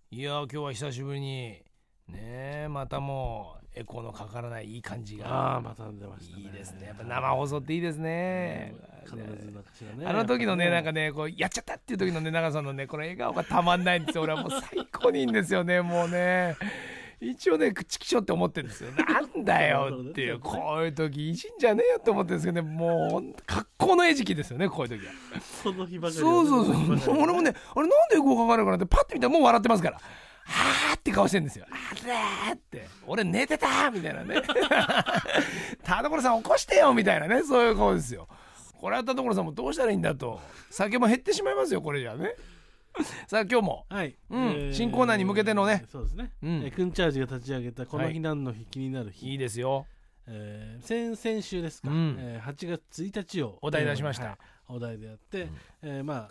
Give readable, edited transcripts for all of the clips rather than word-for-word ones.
いや今日は久しぶりにねまたもうエコーのかからないいい感じがまた出ましたね。 いいですね。やっぱ生放送っていいですね。 必ずなんかしらね。 あの時のねなんかねこうやっちゃったっていう時のね長さんのねこの笑顔がたまんないんですよ。俺はもう最高にいいんですよね。もうね一応ね口きしょって思ってるんですよ。なんだよっていうこういう時いじんじゃねえよって思ってるんですけどね。もう格好の餌食ですよねこういう時は。 その日ばかり。 そう俺もねあれなんでエコーかかるかなってパッて見たらもう笑ってますから。はーって顔してるんですよ。あれーって俺寝てたみたいなね田所さん起こしてよみたいなねそういう顔ですよ。これは田所さんもどうしたらいいんだと。酒も減ってしまいますよこれじゃね。さあ今日も、 はい新コーナーに向けてのねそうですね、クンチャージが立ち上げたこの日何の日、気になる日いいですよ。 先々週ですか、8月1日をお題出しました、 お題でやって、まあ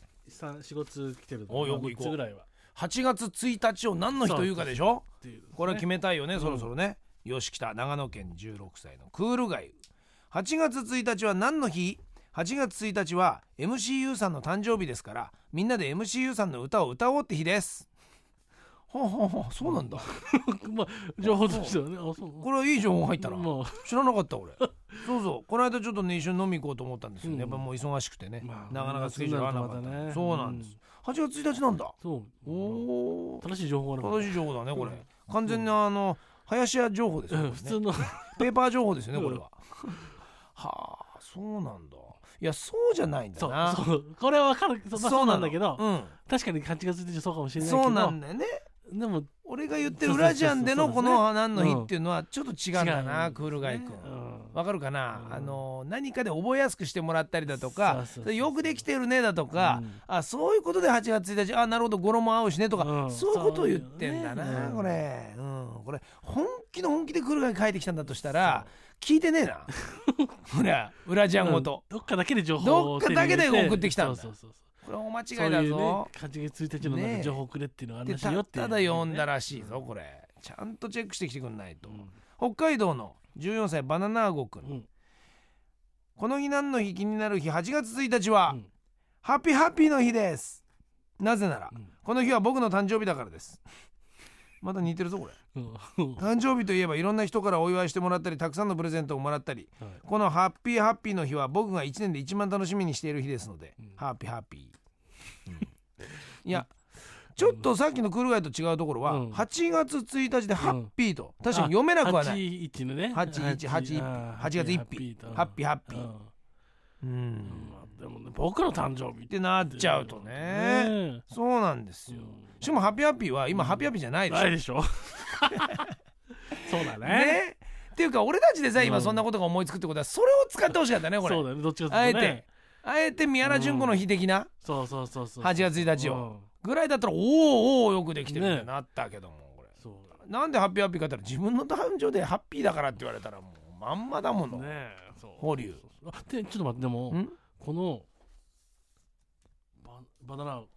4、5つ来てるのよく 3つぐらいは 8月1日を何の日というかでしょ。これは決めたいよね、そろそろね。よし来た。長野県16歳のクールガイ。8月1日は何の日。8月1日は MCU さんの誕生日ですからみんなで MCU さんの歌を歌おうって日です。はあ、はあ、そうなんだまあ情報としてはね。 これはいい情報入ったな、知らなかった俺そうこの間ちょっとね一緒に飲み行こうと思ったんですけど、やっぱもう忙しくてね、なかなかスケジュール合わなかった、そうなんです、8月1日なんだ。 お正しい情報正しい情報だねこれ、完全な林家情報ですよ、ね、 普通のペーパー情報ですよねこれははあそうなんだ。いやそうじゃないんだな。 そうこれは分かる。そうなんだけど、確かに8月1日そうかもしれないけど、 そうなんだよね。でも俺が言ってる裏ジャンでのこの何の日っていうのはちょっと違うんだな、クールガイ君。わかるかな、何かで覚えやすくしてもらったりだとか、よくできてるねだとか、そういうことで8月1日なるほど語呂も合うしねとか、そういうことを言ってんだな、これ。これ本気でクールガイ書いてきたんだとしたら聞いてねえなほら裏ジャンごと、 どっかだけで情報どっかだけで送ってきたんだ。 そうこれ大間違いだぞ。 8月1日の情報くれっていうのはあるらしいよっていう。 ただ読んだらしいぞこれ。ちゃんとチェックしてきてくんないと。北海道の14歳バナナーゴくん、この日何の日気になる日。8月1日は、ハッピーの日です。なぜなら、この日は僕の誕生日だからです。また似てるぞこれ誕生日といえばいろんな人からお祝いしてもらったりたくさんのプレゼントをもらったり、このハッピーの日は僕が1年で一番楽しみにしている日ですので、ハッピー、いやちょっとさっきのクールガイと違うところは、8月1日でハッピーと、確かに読めなくはない。 81のね、 8月1日ハッピー、 でもね僕の誕生日ってなっちゃうとね、そうなんですよ。しかもハッピーは今ハッピーじゃないでしょ。 ないでしょそうだね。 っていうか俺たちでさ今そんなことが思いつくってことはそれを使ってほしかったねこれ。 そうだね、どっちかというとね。 あえて宮原純子の日的な、 そう 8月1日をぐらいだったらおーよくできてるってなったけども、これなんでハッピーかって言ったら自分の誕生でハッピーだからって言われたらもうまんまだものね。保留でちょっと待って、でもこのバナナ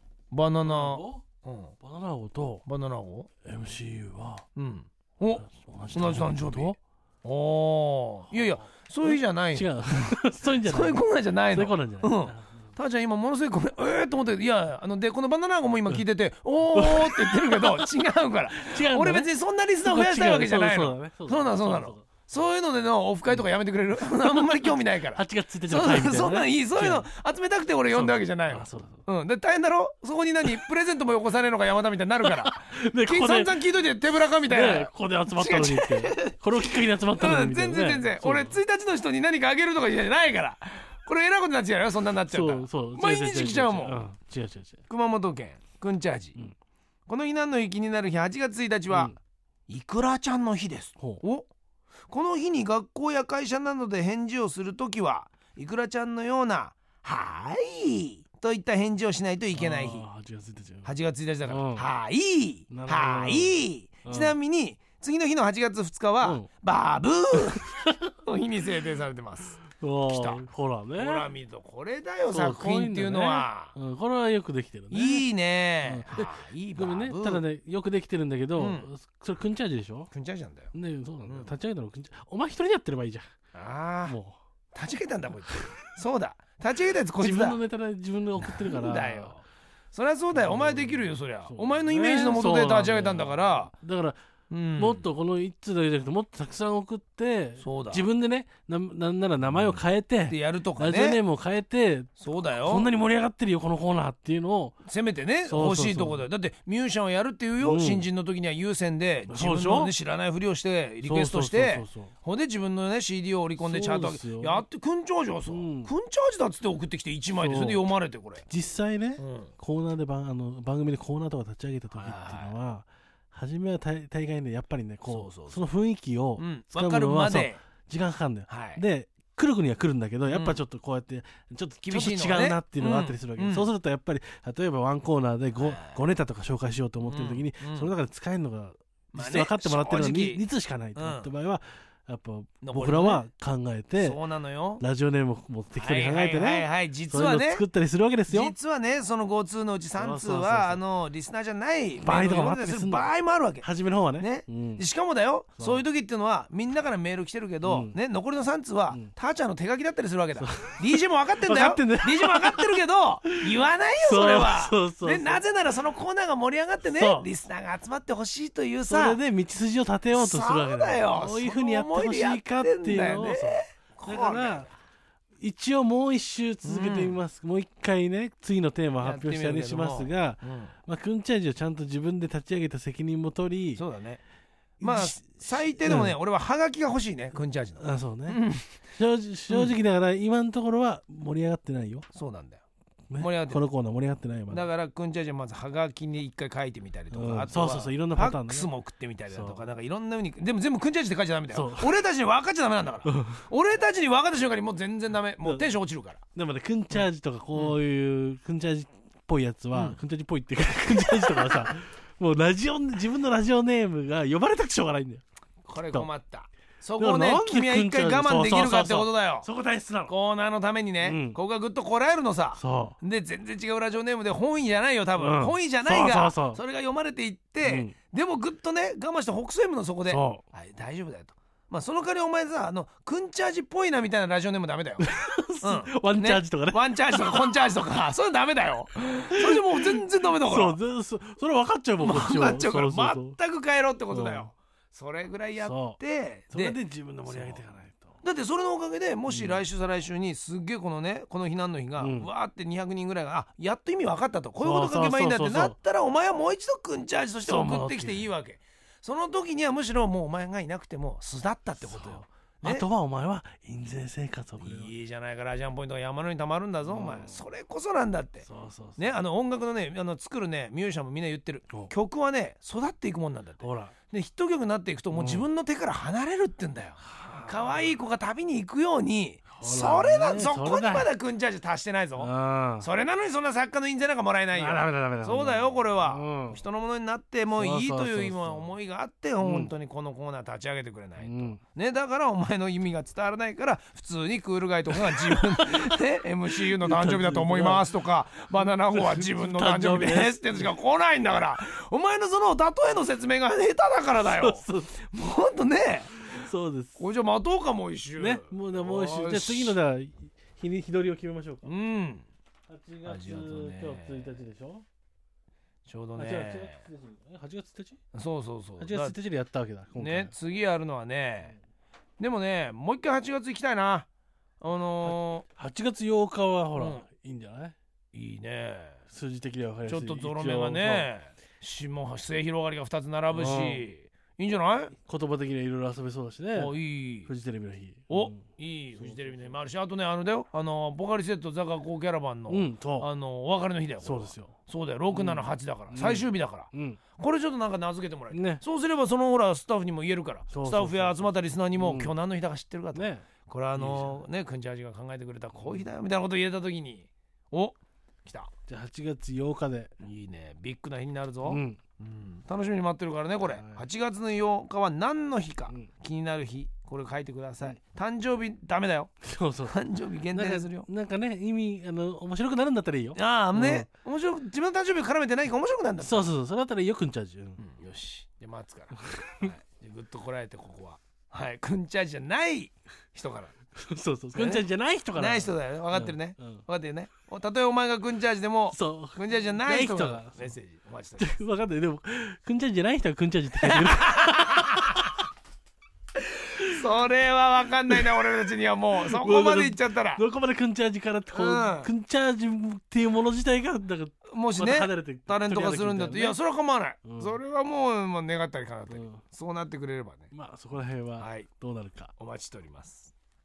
王と MCU は同じ誕生日。いやそういう日じゃない。 違うそういうんじゃない。 そういうコーナーじゃないの。 そういうコーナーじゃない。 たーちゃん今ものすごいごめんと思って、いやでこのバナナ王も今聞いてておーって言ってるけど違うから。俺別にそんなリスナー増やしたいわけじゃないの。そうなの。そういうのでのオフ会とかやめてくれるあんまり興味ないから。 8月1日の会みたいなね。 そんなんいい。そういうの集めたくて俺呼んだわけじゃないの。で大変だろそこにプレゼントもよこされるのが山田みたいになるから散々聞いといて手ぶらかみたいな。 ここで集まったのにってこれをきっかけに集まったのにみたいな。 全然俺1日の人に何かあげるとかじゃないから。これ偉いことになっちゃうよそんなになっちゃったら。毎日来ちゃうもん。 違う熊本県くんチャージ、この日何の日気になる日。8月1日は、いくらちゃんの日です。この日に学校や会社などで返事をするときはいくらちゃんのようなはーいといった返事をしないといけない日。8月1日だからはーいはーい。ちなみに次の日の8月2日はバブーの日に制定されてます。来た。 ほらね。 ほら見るとこれだよ作品っていうのは。 これはよくできてるね。 いいね。 ごめんね。ただねよくできてるんだけど、それくんチャージでしょ。 くんチャージなんだよ。 ね、そうなんだよ。立ち上げたのくんチャージ。お前一人でやってればいいじゃん。もう立ち上げたんだこいつ。そうだ。立ち上げたやつこいつだ。 自分のネタで自分で送ってるから。 だよ。 そりゃそうだよ、お前できるよそりゃ、お前のイメージのもとで立ち上げたんだから。 だからもっとこの1通だけじゃなくてもっとたくさん送って、自分でね、なんなら名前を変えて、 でやるとかね、 ラジオネームを変えて、 そうだよ、 こんなに盛り上がってるよこのコーナーっていうのをせめてね欲しいとこだよ。だってミュージシャンはやるっていうよ、新人の時には有線で自分のね知らないふりをしてリクエストして、ほんで自分のね CD を織り込んでチャートやって、くんチャージはさ、くんチャージだっつって送ってきて1枚でそれで読まれて、これ実際ね、コーナーで番組でコーナーとか立ち上げた時っていうのは、初めは大概ねやっぱりねこうその雰囲気を分かるまで時間かかるんだよ。で来るには来るんだけど、やっぱちょっとこうやってちょっと厳しいのが違うなっていうのがあったりするわけ。そうするとやっぱり例えばワンコーナーで5ネタとか紹介しようと思ってる時に、その中で使えるのが実際分かってもらってるのが2通しかないといった場合は、やっぱ僕らは考えて、 そうなのよ、 ラジオネームも適当に考えてね、 実はね作ったりするわけですよ。 実はねその5通のうち3通はリスナーじゃない場合とかもあったりする場合もあるわけ、 初めの方はね。 しかもだよ、そういう時っていうのはみんなからメール来てるけどね、残りの3通はたーちゃんの手書きだったりするわけだ。DJ も分かってんだよ、DJ も分かってるけど言わないよそれは。なぜならそのコーナーが盛り上がってね、リスナーが集まってほしいというさ、 それで道筋を立てようとするわけだよ。そういうふうにやってほしいかっていうのを、だから一応もう一周続けてみます、もう一回ね次のテーマを発表したりしますが、くんチャージをちゃんと自分で立ち上げた責任も取り、 そうだね、まあ最低でもね、俺はハガキが欲しいね、くんチャージの。 そうね、正直だから今のところは盛り上がってないよ。 そうなんだよ、 このコーナー盛り上がってないよ。 だからくんちゃんじゃまずハガキに一回書いてみたりとか、あとはいろんなパターンファックスも送ってみたりだとか、なんかいろんな風に、でも全部くんちゃんじって書いちゃダメだよ。俺たちに分かっちゃダメなんだから俺たちに分かった瞬間にもう全然ダメ、もうテンション落ちるから。 でもね、くんチャージとかこういうくんチャージっぽいやつは、くんチャージっぽいっていうかくんチャージとかはさもう自分のラジオネームが呼ばれたくしょうがないんだよ。 これ困った。そこをね君は一回我慢できるかってことだよ。 そこ大切なの。 コーナーのためにね、ここがぐっとこらえるのさ。で全然違うラジオネームで本意じゃないよ多分、本意じゃないがそれが読まれていって、でもぐっとね我慢して北西部のそこで大丈夫だよと。まあその代わりお前さくんチャージっぽいなみたいなラジオネームダメだよワンチャージとかね、 ワンチャージとかコンチャージとかそういうのダメだよ。それじゃもう全然ダメだから。 それ分かっちゃうもん、こっちは。 分かっちゃうから全く変えろってことだよ。それぐらいやって、 それで自分で盛り上げていかないと。 だってそれのおかげでもし来週再来週にすっげえこの日何の日がわーって200人ぐらいがやっと意味分かったと、こういうこと書けばいいんだってなったら、お前はもう一度くんチャージとして送ってきていいわけ。その時にはむしろもうお前がいなくても巣だったってことよ。 あとはお前は印税生活を送れる。 いいじゃないか、ラジアンポイントが山のようにたまるんだぞお前。それこそなんだって。ね、音楽のね作るねミュージシャンもみんな言ってる、曲はね育っていくもんなんだって。でヒット曲になっていくともう自分の手から離れるってんだよ。可愛い子が旅に行くように、そこにまだくんチャージ足してないぞ。それなのにそんな作家の印税なんかもらえないよ。そうだよ、これは人のものになってもいいという今思いがあって本当にこのコーナー立ち上げてくれないとね。だからお前の意味が伝わらないから普通にクールガイとかが自分で MCU の誕生日だと思いますとかバナナホは自分の誕生日ですってしか来ないんだから、お前のその例えの説明が下手だからだよ。ほんとね。 そうです。 これじゃ待とうかもう一周ね。もう一周。じゃあ次のだ日取りを決めましょうか。 8 月今日1日でしょ。 ちょうどね。 8月1日？ そう。 8月1日でやったわけだ。 ね、次やるのはね。でもね、もう一回8月行きたいな。 8月8日はほらいいんじゃない？ いいね。 数字的には分かりやすい。 ちょっとゾロ目がね、末広がりが2つ並ぶし。いいんじゃない？ 言葉的にはいろいろ遊べそうだしね。 いいフジテレビの日。 いいフジテレビの日もあるし、あとねだよポカリセットザ学校キャラバンのお別れの日だよ。 そうですよ。 そうだよ、678だから最終日だから、これちょっとなんか名付けてもらえる。そうすればそのほらスタッフにも言えるから、スタッフや集まったリスナーにも今日何の日だか知ってるかと。これはくんちゃーじが考えてくれたこういう日だよみたいなことを言えた時に来た。 じゃあ8月8日でいいね、ビッグな日になるぞ。楽しみに待ってるからね。これ8月の8日は何の日か気になる日、これ書いてください。誕生日ダメだよ。誕生日限定するよ。 なんかね意味面白くなるんだったらいいよ。 ね、面白く自分の誕生日絡めて何か面白くなるんだったら。 それだったらいいよ、くんチャージ。よし、で待つからぐっとこらえてここはくんチャージじゃない人からそうそう、くんちゃんじゃない人から。 ない人だよね、分かってるね、 うんうん分かってるね。たとえお前がくんちゃんでもそうくんちゃんじゃない人がない人がメッセージお待ちしております。 分かんない。でもくんちゃんじゃない人はくんちゃんじって書いてる。 それは分かんないな俺たちには。もうそこまでいっちゃったらどこまでくんちゃんじからってこう、 うんくんちゃんじっていうもの自体がなんかもしねまた離れてタレント化するんだって、いやそれは構わない、 うんそれはもう、願ったり叶ったり、 うんそうなってくれればね。 まあそこら辺ははい、 どうなるか。 お待ちしております。